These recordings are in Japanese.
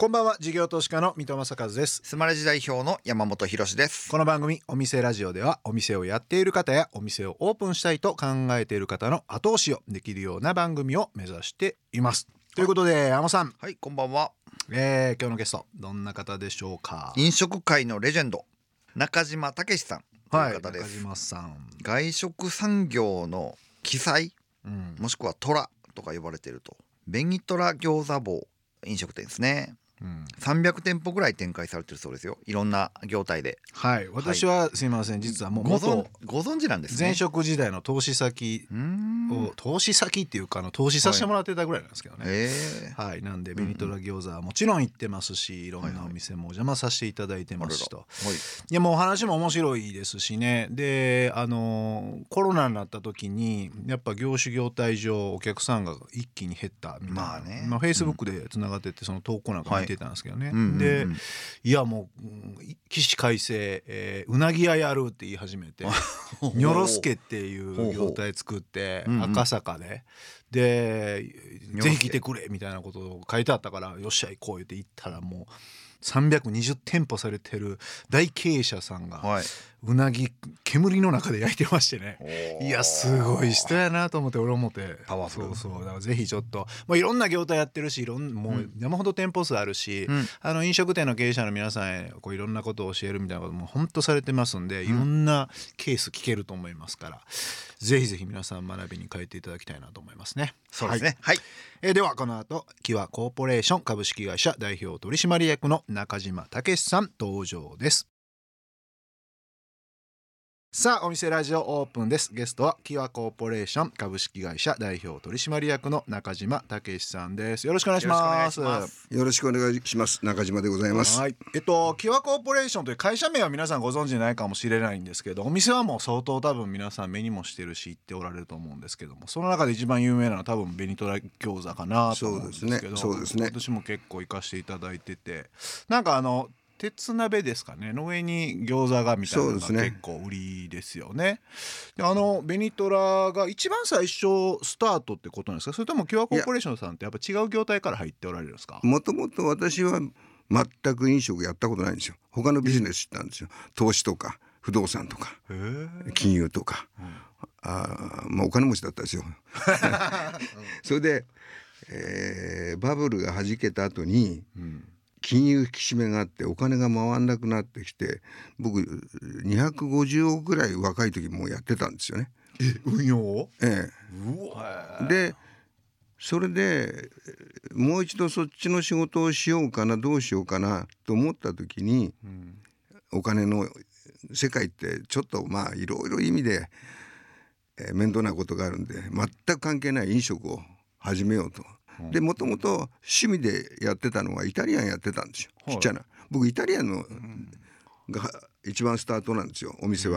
こんばんは、事業投資家の三戸正和です。 スマレジ代表の山本博です。 この番組お店ラジオでは、お店をやっている方やお店をオープンしたいと考えている方の後押しをできるような番組を目指しています。ということで、山さん、 はい、こんばんは。 今日のゲストどんな方でしょうか？ 飲食界のレジェンド中島武さんという方です。 中島さん、 外食産業の奇才、もしくは虎とか呼ばれていると紅虎餃子坊飲食店ですね。300店舗ぐらい展開されてるそうですよ。いろんな業態で。 はい、私はすいません、実はもうご存知なんですね。 前職時代の投資先っていうか投資させてもらってたぐらいなんですけどね。はい、なんで紅虎餃子はもちろん行ってますし、いろんなお店もお邪魔させていただいてますしと。いや、もうお話も面白いですしね。で、コロナになった時にやっぱ業種業態上お客さんが一気に減ったみたいな、フェイスブックでつながってて、その投稿なんか見てたんですけどね。で、いやもう起死回生、うなぎ屋やるって言い始めてニョロスケっていう業態作って赤坂でぜひ来てくれみたいなことを書いてあったから、よっしゃ行こう言って行ったら、もう320店舗されてる大経営者さんがうなぎ煙の中で焼いてましてね。いや、すごい人やなと思って、俺思ってパワフル。 そうだからぜひちょっと、いろんな業態やってるし、もう山ほど店舗数あるし、飲食店の経営者の皆さんへいろんなことを教えるみたいなことも本当されてますんで、いろんなケース聞けると思いますから、ぜひぜひ皆さん学びに変えていただきたいなと思いますね。 そうですね。はい。 ではこの後、キワコーポレーション株式会社代表取締役の中島武さん登場です。さあ、お店ラジオオープンです。ゲストはキワコーポレーション株式会社代表取締役の中島武さんです。よろしくお願いします。 よろしくお願いします。中島でございます。 はい、キワコーポレーションという会社名は皆さんご存知ないかもしれないんですけど、お店はもう相当多分皆さん目にもしてるし行っておられると思うんですけども、その中で一番有名なのは多分紅虎餃子かなと思うんですけど、 そうですね。 私も結構行かせていただいてて、なんか鉄鍋ですかねの上に餃子がみたいなのが結構売りですよね。で、紅虎が一番最初スタートってことなんですか？それともキワコーポレーションさんってやっぱ違う業態から入っておられるんですか？ もともと私は全く飲食やったことないんですよ。他のビジネスしたんですよ。投資とか不動産とか金融とか、お金持ちだったんですよ。それで、バブルが弾けた後に、金融引き締めがあってお金が回らなくなってきて、僕250億ぐらい若い時もやってたんですよね。 運用を？ でそれでもう一度そっちの仕事をしようかな、どうしようかなと思った時に、お金の世界ってちょっといろいろ意味で、面倒なことがあるんで、全く関係ない飲食を始めようと。で、もともと趣味でやってたのはイタリアンやってたんですよ。ちっちゃな。僕イタリアンのが一番スタートなんですよ、お店は。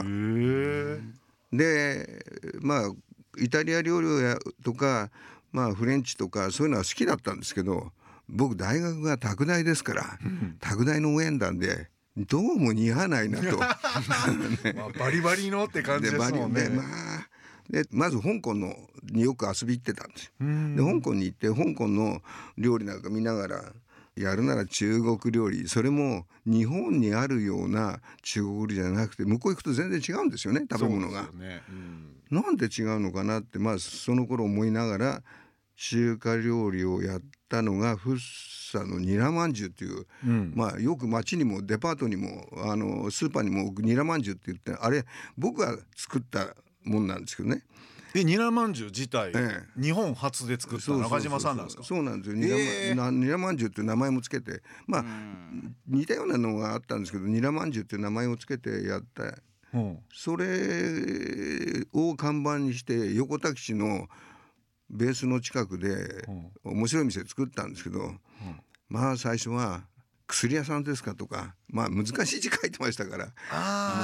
で、イタリア料理とか、フレンチとかそういうのは好きだったんですけど、僕大学が拓大ですから、拓大の応援団でどうも似合わないなと。 バリバリのって感じですもんね。 でまず香港によく遊び行ってたんですよ。で香港に行って香港の料理なんか見ながら、やるなら中国料理、それも日本にあるような中国料理じゃなくて、向こう行くと全然違うんですよね、食べ物が。なんで違うのかなって、その頃思いながら中華料理をやったのが福生のニラまんじゅうっていう、よく街にもデパートにもスーパーにもニラまんじゅうって言って、あれ僕が作ったもんなんですけどね。 ニラまんじゅう自体、日本初で作った中島さんなんですか？ そうなんですよ。ニラまんじゅうっていう名前もつけて、似たようなのがあったんですけど、ニラまんじゅうっていう名前をつけてやった、それを看板にして横田基地のベースの近くで面白い店作ったんですけど、最初は薬屋さんですかとか、難しい字書いてましたから。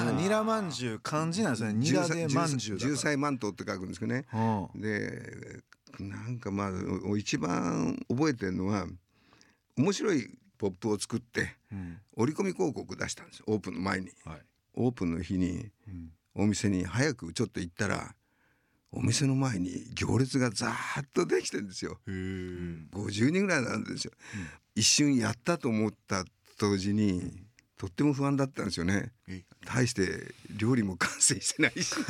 ニラまんじゅう漢字なんですね。ニラでまんじゅうだから十歳万頭って書くんですけどね。でなんか一番覚えてるのは、面白いポップを作って、折り込み広告出したんですよ、オープンの前に。オープンの日にお店に早くちょっと行ったら、 お店の前に行列がザーッとできてるんですよ。50人ぐらいなんですよ、一瞬やったと思った当時にとっても不安だったんですよね。大して料理も完成してないし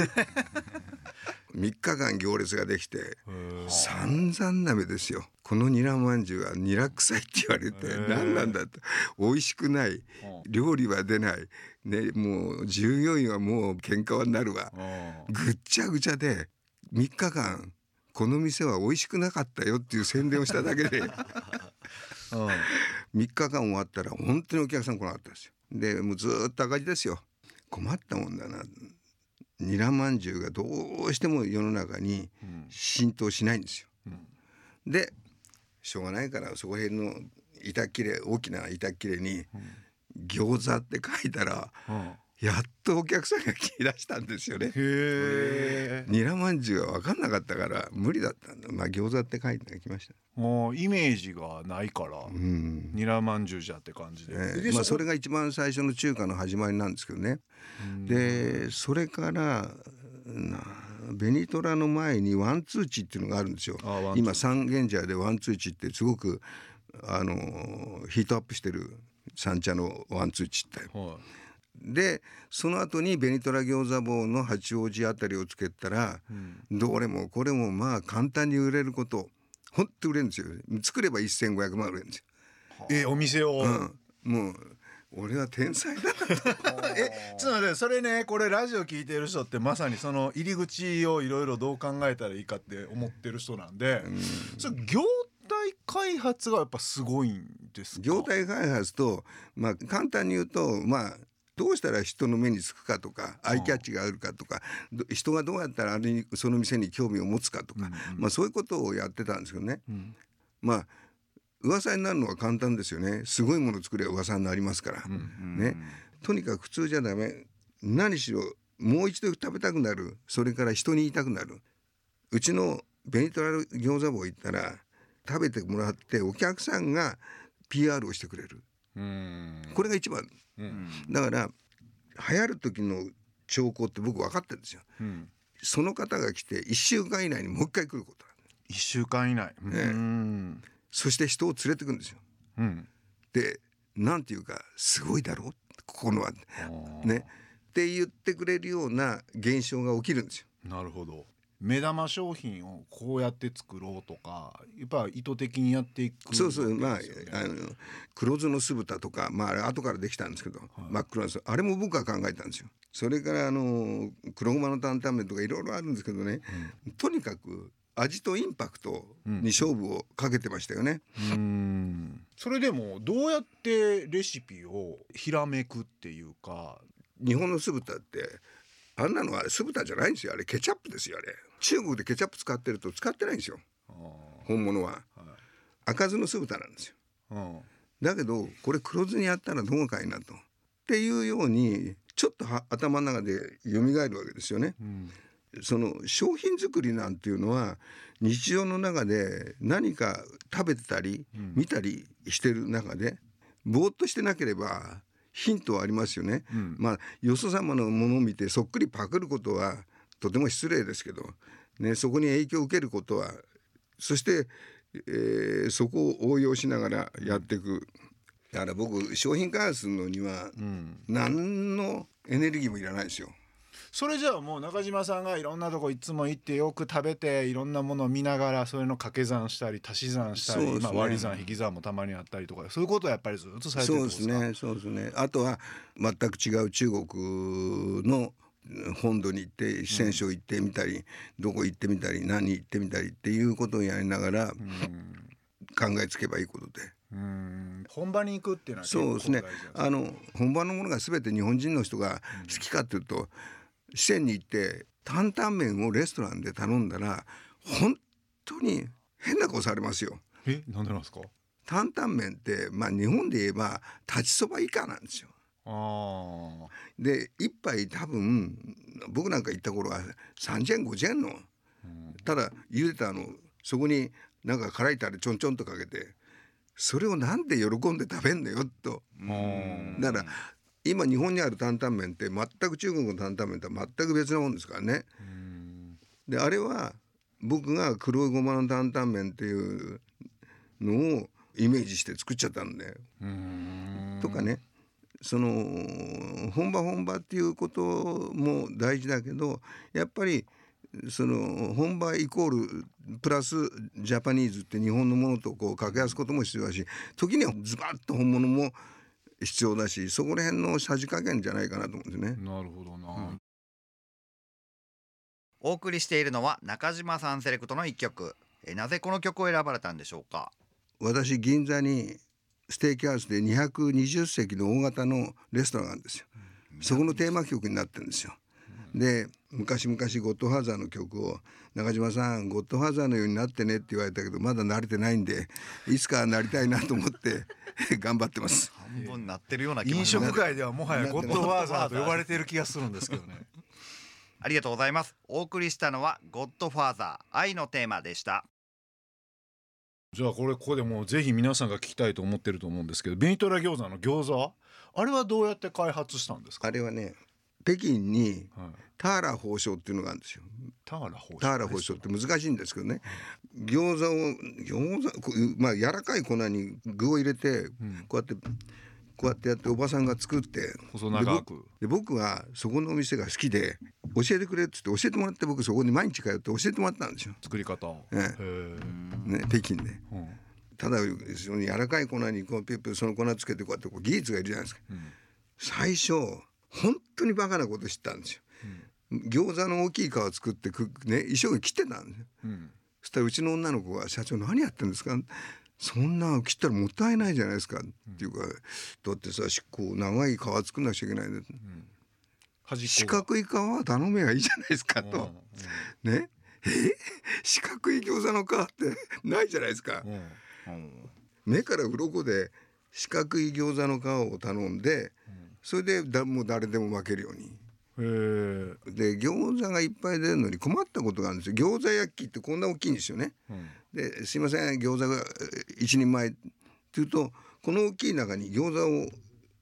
3日間行列ができて散々な目ですよ。このニラまんじゅうはニラ臭いって言われて何なんだと、美味しくない、料理は出ない、ね、もう従業員はもう喧嘩はなるわ、ぐっちゃぐちゃで3日間この店は美味しくなかったよっていう宣伝をしただけで3日間終わったら本当にお客さん来なかったですよ。でもうずっと赤字ですよ。困ったもんだな。ニラまんじゅうがどうしても世の中に浸透しないんですよ、でしょうがないからそこへんの板切れ、大きな板切れに餃子って書いたら、やっとお客さんが来出したんですよね。ニラまんじゅうは分かんなかったから無理だったんだ。餃子って書いてきました。 もうイメージがないから、ニラまんじゅうじゃって感じで、 それが一番最初の中華の始まりなんですけどね。でそれからベニトラの前にワンツーチっていうのがあるんですよ。今三軒茶屋でワンツーチってすごくヒートアップしてる三茶のワンツーチって、でその後にベニトラ餃子房の八王子あたりをつけたら、どれもこれもまあ簡単に売れること、ほんと売れるんですよ。作れば1500万売れるんですよ。お店を、 もう俺は天才だなとちょっと待って、それね、これラジオ聞いてる人ってまさにその入り口をいろいろどう考えたらいいかって思ってる人なんで、それ業態開発がやっぱすごいんですか？ 業態開発と、簡単に言うとどうしたら人の目につくかとか、アイキャッチがあるかとか、人がどうやったらその店に興味を持つかとか、そういうことをやってたんですけどね、噂になるのは簡単ですよね。すごいもの作れば噂になりますから、ね、とにかく普通じゃダメ。何しろもう一度食べたくなる、それから人に言いたくなる。うちのベニトラ餃子房行ったら食べてもらってお客さんが PR をしてくれる、これが一番、だから流行る時の兆候って僕分かってるんですよ、その方が来て1週間以内にもう一回来ることなん 1週間以内、 そして人を連れてくるんですよ、でなんていうかすごいだろうここのはねって言ってくれるような現象が起きるんですよ。 なるほど。目玉商品をこうやって作ろうとかやっぱ意図的にやっていく、 そう黒酢の酢豚とか、あれ後からできたんですけど、真っ黒な酢、あれも僕が考えたんですよ。それから黒ごまの担々麺とかいろいろあるんですけどね、とにかく味とインパクトに勝負をかけてましたよね。 それでもどうやってレシピをひらめくっていうか。 日本の酢豚ってあんなのは酢豚じゃないんですよ。あれケチャップですよ。あれ中国でケチャップ使ってると使ってないんですよ。本物は、赤酢の酢豚なんですよ、だけどこれ黒酢にやったらどうかいなとっていうようにちょっと頭の中で蘇るわけですよね、その商品作りなんていうのは日常の中で何か食べてたり見たりしてる中でぼーっとしてなければヒントはありますよね、よそ様のものを見てそっくりパクることはとても失礼ですけど、そこに影響を受けることは、そして、そこを応用しながらやっていく。だから僕商品開発するのには何のエネルギーもいらないですよ。 それじゃあもう中島さんがいろんなとこいつも行ってよく食べていろんなものを見ながらそれの掛け算したり足し算したり、割り算引き算もたまにあったりとか、そういうことはやっぱりずっとされてるんですか？ そうですね。あとは全く違う中国の本土に行って四川省行ってみたり、どこ行ってみたり何行ってみたりっていうことをやりながら考えつけばいいことで、 本場に行くっていうのは結構そうですね。本場のものが全て日本人の人が好きかっていうと、四川に行って担々麺をレストランで頼んだら本当に変な顔されますよ。 なんでなんですか？ 担々麺って日本で言えば立ちそば以下なんですよ。で一杯多分僕なんか行った頃は3000円5000円の、ただ茹でたそこになんか辛いタレちょんちょんとかけて、それをなんで喜んで食べんのよと。だから今日本にある担々麺って全く中国の担々麺とは全く別なもんですからね。 であれは僕が黒いごまの担々麺っていうのをイメージして作っちゃったんでとかね、その本場っていうことも大事だけど、やっぱりその本場イコールプラスジャパニーズって日本のものとこう掛け合わすことも必要だし、時にはズバッと本物も必要だし、そこら辺のさじ加減じゃないかなと思うんですね。 なるほどな、 お送りしているのは中島さんセレクトの一曲。なぜこの曲を選ばれたんでしょうか？ 私銀座にステーキハウスで220席の大型のレストランがあるんですよ。そこのテーマ曲になってるんですよ。で昔々ゴッドファーザーの曲を中島さんゴッドファーザーのようになってねって言われたけど、まだ慣れてないんでいつかなりたいなと思って頑張ってます。 半分なってるような気も飲食界ではもはやゴッドファーザーと呼ばれている気がするんですけどね。 ありがとうございます。お送りしたのはゴッドファーザー愛のテーマでした。 じゃあここでもうぜひ皆さんが聞きたいと思ってると思うんですけど、ベニトラ餃子の餃子、あれはどうやって開発したんですか？ あれはね、北京にターラ法省っていうのがあるんですよ。 ターラ法省、 ターラ法省って難しいんですけどね、餃子まあ柔らかい粉に具を入れてこうやってやっておばさんが作って、 細長くで僕はそこのお店が好きで教えてくれって言って教えてもらって、僕そこに毎日通って教えてもらったんですよ、 作り方を、 ね、北京で、ただその柔らかい粉にこうピュッピュその粉つけてこうやって技術がいるじゃないですか、最初本当にバカなこと知ったんですよ、餃子の大きい皮を作って一生懸命切ってたんですよ、そしたらうちの女の子が社長何やってんですか、そんな切ったらもったいないじゃないですか、っていうかだってさこう長い皮作んなくちゃいけないんで、四角い皮は頼めばいいじゃないですかと、ね、四角い餃子の皮ってないじゃないですか、目から鱗で四角い餃子の皮を頼んで、それでもう誰でも巻けるように。で餃子がいっぱい出るのに困ったことがあるんですよ。餃子焼きってこんな大きいんですよね、ですいません餃子が一人前っていうと、この大きい中に餃子を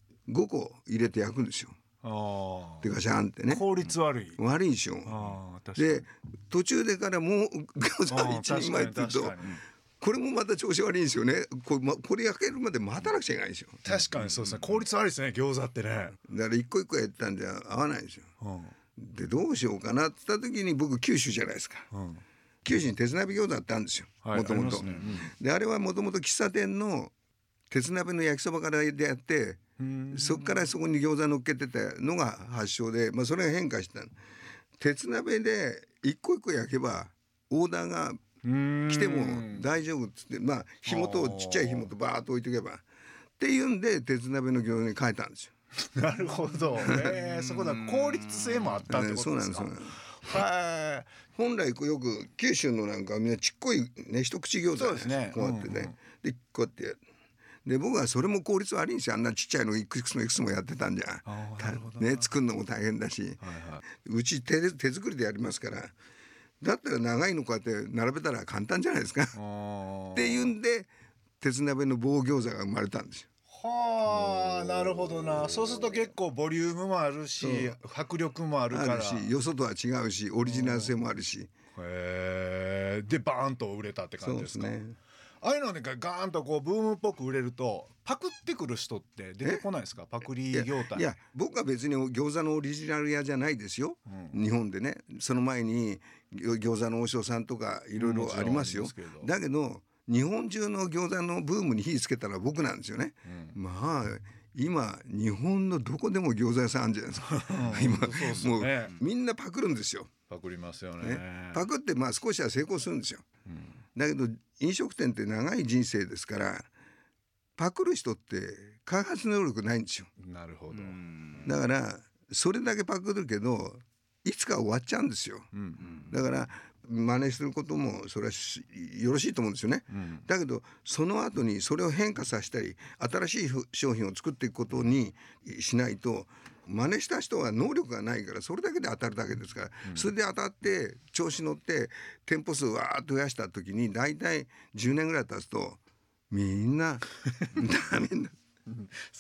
5個入れて焼くんですよ。でガシャンってね、 効率悪いんですよ。で途中でからもう餃子一人前っていうとこれもまた調子悪いんですよね。これ焼けるまで待たなくちゃいけないんですよ。 確かにそうですね、効率悪いですね餃子ってね。 だから一個一個やったんじゃ合わないんですよ、でどうしようかなって言った時に、僕九州じゃないですか、九州に鉄鍋餃子ってあるんですよ、もともと。であれはもともと喫茶店の鉄鍋の焼きそばからでやって、そこからそこに餃子乗っけてたのが発祥で、それが変化した。鉄鍋で一個一個焼けばオーダーが来ても大丈夫っつって、紐とちっちゃい紐とバーッと置いとけばっていうんで鉄鍋の餃子に変えたんですよ。 なるほど、そこだ効率性もあったってことですか。 そうなんです本来よく九州のなんかみんなちっこいね一口餃子そうですね、 こうやってね、でこうやってやる。で僕はそれも効率悪いんですよ。あんなちっちゃいのいくつもやってたんじゃね、作るのも大変だし、うち手作りでやりますから、だったら長いのこうやって並べたら簡単じゃないですかっていうんで鉄鍋の棒餃子が生まれたんですよ。 はあ、なるほどな。そうすると結構ボリュームもあるし迫力もあるから、 よそとは違うしオリジナル性もあるし、 でバーンと売れたって感じですか。 そうですね。 ああいうのでガーンとこうブームっぽく売れるとパクってくる人って出てこないですか？パクリ業態。 いや僕は別に餃子のオリジナル屋じゃないですよ、日本でね。その前に餃子の王将さんとかいろいろありますよ、だけど日本中の餃子のブームに火つけたら僕なんですよね、今日本のどこでも餃子屋さんあるじゃないですか今もうみんなパクるんですよ。 パクりますよね。 パクって少しは成功するんですよ、だけど飲食店って長い人生ですから、パクる人って開発能力ないんですよ。 なるほど。 だからそれだけパクるけどいつか終わっちゃうんですよ、だから真似することもそれはよろしいと思うんですよね、だけどその後にそれを変化させたり新しい商品を作っていくことにしないと、真似した人は能力がないからそれだけで当たるだけですから、それで当たって調子乗って店舗数わーっと増やした時に大体10年ぐらい経つとみんなダメになる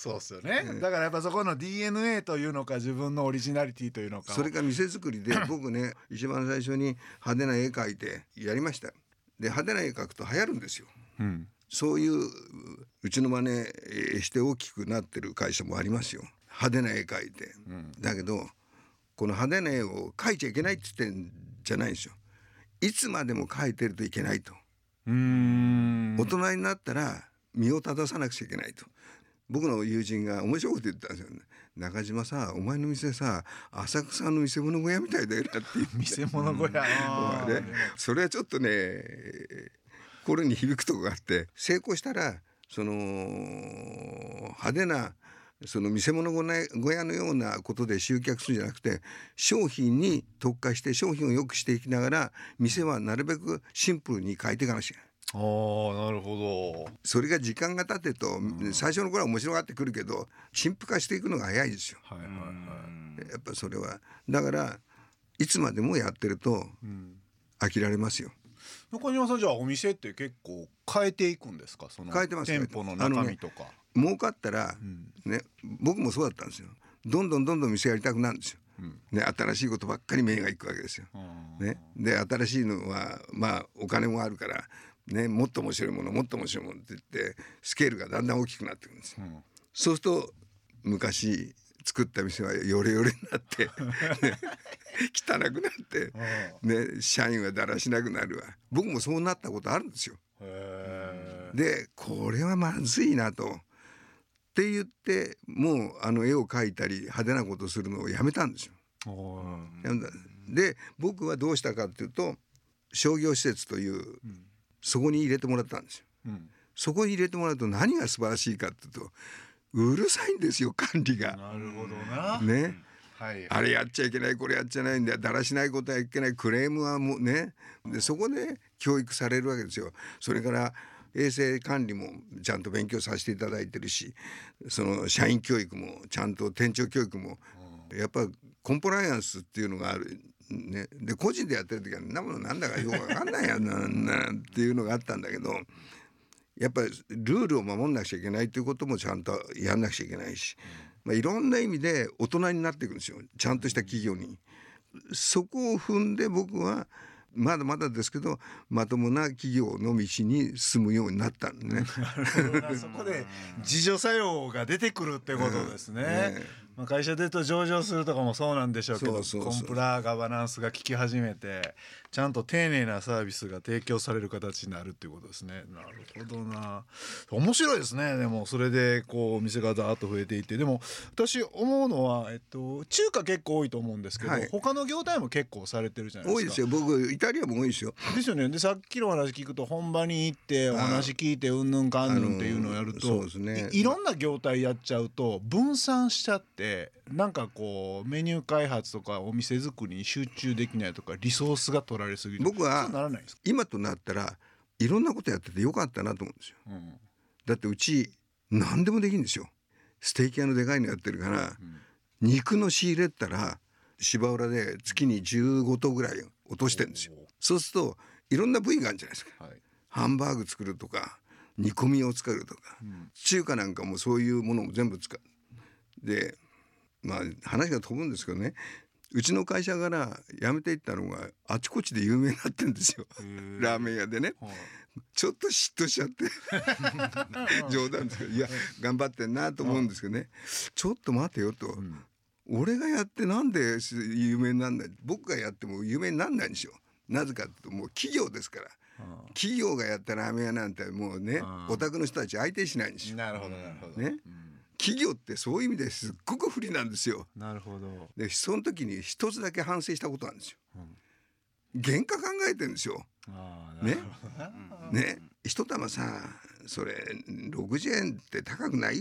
そうですよね、だからやっぱそこの DNA というのか自分のオリジナリティというのか、 それから店作りで僕ね一番最初に派手な絵描いてやりました。で派手な絵描くと流行るんですよ、そういううちの真似して大きくなってる会社もありますよ。派手な絵描いて、だけどこの派手な絵を描いちゃいけないって言ってんじゃないんですよ。いつまでも描いてるといけないと。大人になったら身を正さなくちゃいけないと。僕の友人が面白いこと言ったんですよね。中島さ、お前の店さ、浅草の見せ物小屋みたいだよなって言って。 見せ物小屋、 ね、それはちょっとね心に響くとこがあって、成功したらその派手なその見せ物小屋のようなことで集客するんじゃなくて、商品に特化して商品を良くしていきながら店はなるべくシンプルに変えていかなきゃいけない。 なるほど。 それが時間が経てと、最初の頃は面白がってくるけど陳腐化していくのが早いですよ。やっぱそれはだからいつまでもやってると飽きられますよ。 中島さん、じゃあお店って結構変えていくんですか？その変えてます。 店舗の中身とか、 儲かったら、ね、僕もそうだったんですよ。どんどん店やりたくなるんですよ、ね、新しいことばっかり目がいくわけですよ、ね、で新しいのはまあお金もあるからね、もっと面白いものもっと面白いものって言ってスケールがだんだん大きくなってくるんですよ、そうすると昔作った店はヨレヨレになって、ね、汚くなって、ね、社員はだらしなくなるわ。僕もそうなったことあるんですよ。でこれはまずいなとって言ってもう絵を描いたり派手なことをするのをやめたんですよ。で僕はどうしたかっていうと商業施設という、そこに入れてもらったんですよ、そこに入れてもらうと何が素晴らしいかっていうとうるさいんですよ、管理が。 なるほどな、 ね、あれやっちゃいけないこれやっちゃいけないんだ、だらしないことはいけない、クレームはもうね、でそこで教育されるわけですよ。それから衛生管理もちゃんと勉強させていただいてるし、その社員教育もちゃんと店長教育もやっぱコンプライアンスっていうのがある、ね、で個人でやってる時はなんだかよく分かんないやなんっていうのがあったんだけど、やっぱりルールを守んなくちゃいけないということもちゃんとやんなくちゃいけないし、いろんな意味で大人になっていくんですよ、ちゃんとした企業に。そこを踏んで僕はまだまだですけどまともな企業の道に進むようになったんでねそこで自助作用が出てくるってことですね、会社で言うと上場するとかもそうなんでしょうけど、コンプラガバナンスが効き始めてちゃんと丁寧なサービスが提供される形になるっていうことですね。なるほどな、面白いですね。でもそれでこうお店がザーッと増えていって、でも私思うのは、中華結構多いと思うんですけど、他の業態も結構されてるじゃないですか。 多いですよ。僕イタリアも多いですよ。 ですよね。でさっきの話聞くと本場に行ってお話聞いてうんぬんかんぬんっていうのをやると、 そうですね、 いろんな業態やっちゃうと分散しちゃってなんかこうメニュー開発とかお店作りに集中できないとかリソースが取られすぎる。 僕はそうならないですか？ 今となったらいろんなことやっててよかったなと思うんですよ、だってうち何でもできるんですよ。ステーキ屋のでかいのやってるから、肉の仕入れたら芝浦で月に15頭ぐらい落としてるんですよ。そうするといろんな部位があるじゃないですか、ハンバーグ作るとか煮込みを作るとか、中華なんかもそういうものも全部使う。で話が飛ぶんですけどね、うちの会社から辞めていったのがあちこちで有名になってるんですよラーメン屋でね、ちょっと嫉妬しちゃって冗談ですけど、いや頑張ってんなと思うんですけどね、ちょっと待てよと、俺がやってなんで有名になんない、僕がやっても有名になんないんですよ。なぜかというともう企業ですから、企業がやったラーメン屋なんてもうね、お宅の人たち相手しないんですよ。 なるほどなるほど、 ね、企業ってそういう意味ですっごく不利なんですよ。 なるほど。 でその時に一つだけ反省したことなんですよ、原価考えてるんですよ。ね、一玉さそれ60円って高くない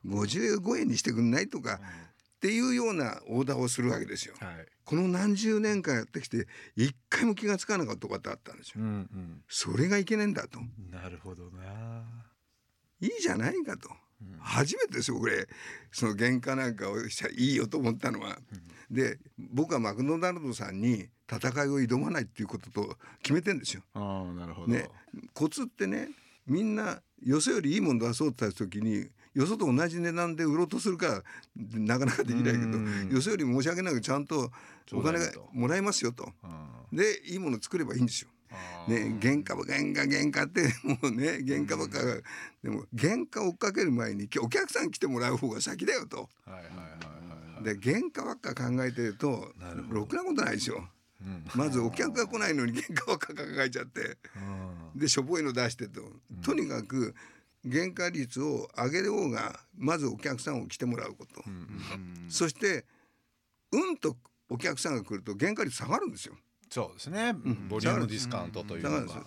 、55円にしてくんないとか、っていうようなオーダーをするわけですよ、この何十年間やってきて一回も気がつかなかったことがあったんですよ、それがいけないんだと。 なるほどな、 いいじゃないかと、初めてですよこれ、その原価なんかをしたらいいよと思ったのは、で僕はマクドナルドさんに戦いを挑まないっていうことと決めてんですよ。 なるほど、 ね、コツってね、みんなよそよりいいもの出そうって言った時によそと同じ値段で売ろうとするからなかなかできないけど、よそより申し訳ないけどちゃんとお金がもらえますよと、でいいもの作ればいいんですよ。ね、原価ってもうね原価ばっかが、でも原価を追っかける前にお客さん来てもらう方が先だよと。で原価ばっか考えてるとろくなことないですよ。まずお客が来ないのに原価ばっか考えちゃって、でしょぼいの出してと、とにかく原価率を上げる方がまずお客さんを来てもらうこと、そしてとお客さんが来ると原価率下がるんですよ。 そうですね、ボリュームディスカウントというのが、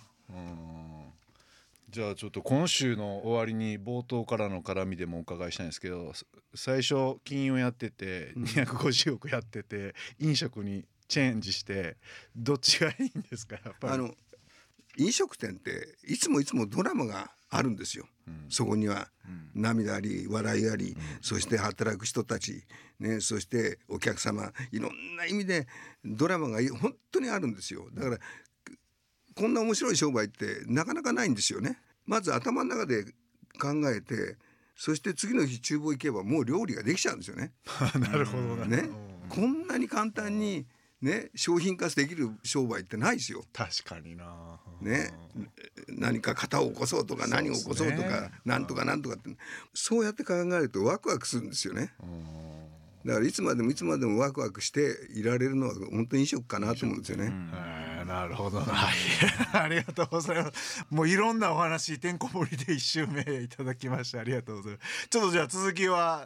じゃあちょっと今週の終わりに冒頭からの絡みでもお伺いしたいんですけど、最初金融やってて250億やってて飲食にチェンジしてどっちがいいんですか？やっぱり飲食店っていつもドラマがあるんですよ、そこには涙あり笑いあり、そして働く人たち、ね、そしてお客様、いろんな意味でドラマが本当にあるんですよ。だからこんな面白い商売ってなかなかないんですよね。まず頭の中で考えて、そして次の日厨房行けばもう料理ができちゃうんですよね。 なるほどね。 こんなに簡単にね、商品化できる商売ってないですよ。 確かにな、 ね、何か型を起こそうとか何を起こそうとかなんとかなんとかって、そうやって考えるとワクワクするんですよね。だからいつまでもワクワクしていられるのは本当に飲食かなと思うんですよね。 なるほどな、ありがとうございます。もういろんなお話てんこ盛りで1週目いただきましてありがとうございます。ちょっとじゃあ続きは、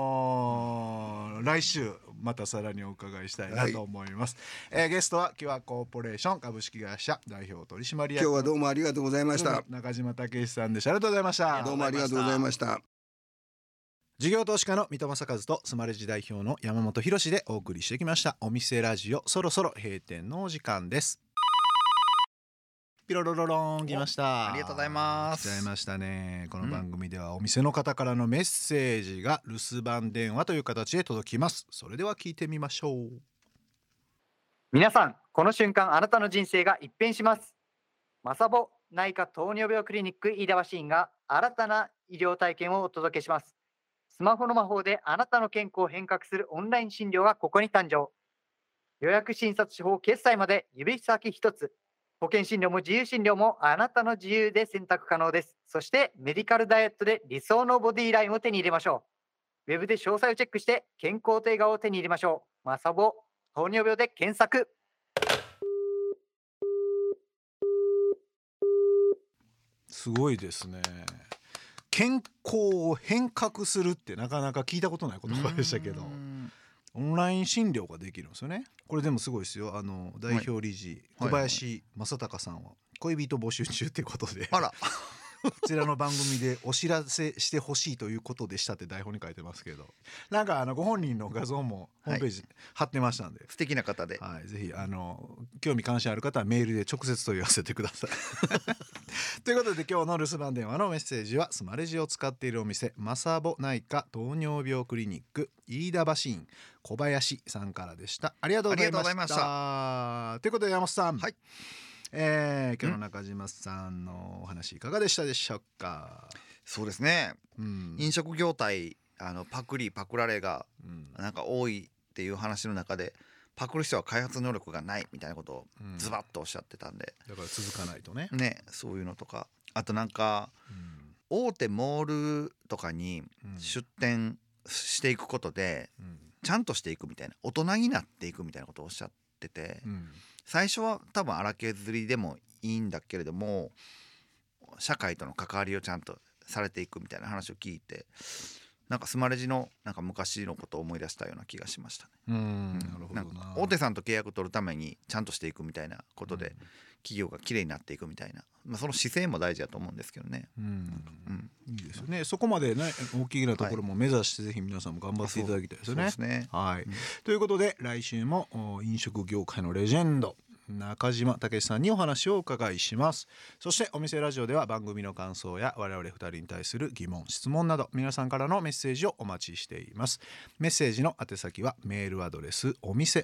来週またさらにお伺いしたいなと思います。ゲストはキュアコーポレーション株式会社代表取締役、 今日はどうもありがとうございました。 中島武さんでした。ありがとうございました。 どうもありがとうございました。 事業投資家の三戸正和とスマレジ代表の山本博でお送りしてきましたお店ラジオ、そろそろ閉店のお時間です。ピロロロロン来ました。 ありがとうございます。 来ちゃいましたね。この番組ではお店の方からのメッセージが留守番電話という形で届きます。それでは聞いてみましょう。 皆さん、この瞬間あなたの人生が一変します。マサボ内科糖尿病クリニック飯田橋院が新たな医療体験をお届けします。スマホの魔法であなたの健康を変革するオンライン診療がここに誕生。予約診察手法決済まで指先一つ。保険診療も自由診療もあなたの自由で選択可能です。そしてメディカルダイエットで理想のボディラインを手に入れましょう。ウェブで詳細をチェックして健康と笑顔を手に入れましょう。マサボ糖尿病で検索。 すごいですね。健康を変革するってなかなか聞いたことない言葉でしたけど、オンライン診療ができるんですよね。これでもすごいですよ。代表理事、小林正隆さんは恋人募集中っていうことで、 あらこちらの番組でお知らせしてほしいということでしたって台本に書いてますけど、なんかご本人の画像もホームページ貼ってましたんで、 素敵な方で、 ぜひ興味関心ある方はメールで直接問い合わせてくださいということで今日の留守番電話のメッセージはスマレジを使っているお店マサボ内科糖尿病クリニック飯田橋院小林さんからでした。ありがとうございました。ということで山本さん、今日の中島さんのお話いかがでしたでしょうか？ そうですね、飲食業態パクられがなんか多いっていう話の中で、パクる人は開発能力がないみたいなことをズバッとおっしゃってたんで、 だから続かないとね、 そういうのとか、あとなんか、大手モールとかに出店していくことで、ちゃんとしていくみたいな、大人になっていくみたいなことをおっしゃってて、最初は多分荒削りでもいいんだけれども、社会との関わりをちゃんとされていくみたいな話を聞いて、なんかスマレジのなんか昔のことを思い出したような気がしましたね。 なるほどな。 大手さんと契約取るためにちゃんとしていくみたいなことで、企業がきれいになっていくみたいな、その姿勢も大事だと思うんですけどね。 いいですよね。そこまでね大きなところも目指して、ぜひ皆さんも頑張っていただきたいですよね。 そうですね。 ということで来週も飲食業界のレジェンド中島武さんにお話をお伺いします。そしてお店ラジオでは番組の感想や我々2人に対する疑問質問など皆さんからのメッセージをお待ちしています。メッセージの宛先はメールアドレスお店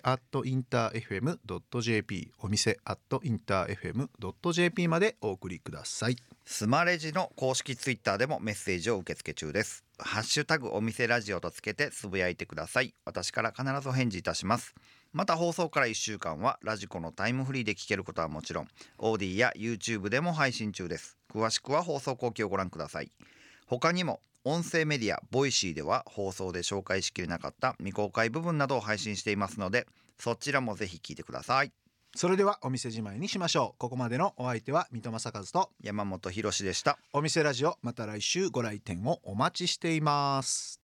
@interfm.jp お店@interfm.jp までお送りください。 スマレジの公式ツイッターでもメッセージを受け付け中です。ハッシュタグお店ラジオとつけてつぶやいてください。私から必ずお返事いたします。また放送から1週間はラジコのタイムフリーで聞けることはもちろん OD や YouTube でも配信中です。詳しくは放送後期をご覧ください。他にも音声メディアボイシーでは放送で紹介しきれなかった未公開部分などを配信していますので、そちらもぜひ聞いてください。 それではお店じまいにしましょう。ここまでのお相手は水戸正和と山本博史でした。 お店ラジオ、また来週ご来店をお待ちしています。